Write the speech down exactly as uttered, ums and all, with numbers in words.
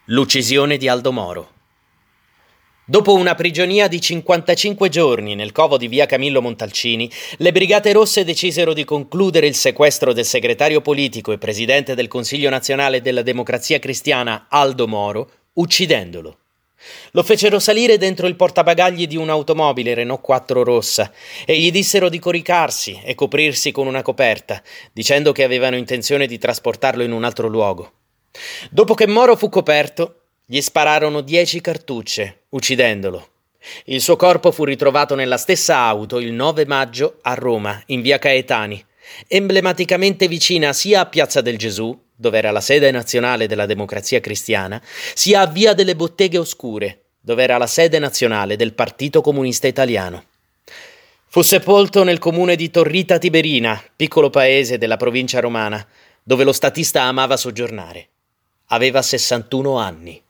L'uccisione di Aldo Moro. Dopo una prigionia di cinquantacinque giorni nel covo di via Camillo Montalcini, le Brigate Rosse decisero di concludere il sequestro del segretario politico e presidente del Consiglio Nazionale della Democrazia Cristiana Aldo Moro, uccidendolo. Lo fecero salire dentro il portabagagli di un'automobile Renault quattro rossa e gli dissero di coricarsi e coprirsi con una coperta, dicendo che avevano intenzione di trasportarlo in un altro luogo. Dopo che Moro fu coperto, gli spararono dieci cartucce, uccidendolo. Il suo corpo fu ritrovato nella stessa auto il nove maggio a Roma, in via Caetani, emblematicamente vicina sia a Piazza del Gesù, dove era la sede nazionale della Democrazia Cristiana, sia a via delle Botteghe Oscure, dove era la sede nazionale del Partito Comunista Italiano. Fu sepolto nel comune di Torrita Tiberina, piccolo paese della provincia romana, dove lo statista amava soggiornare. Aveva sessantuno anni.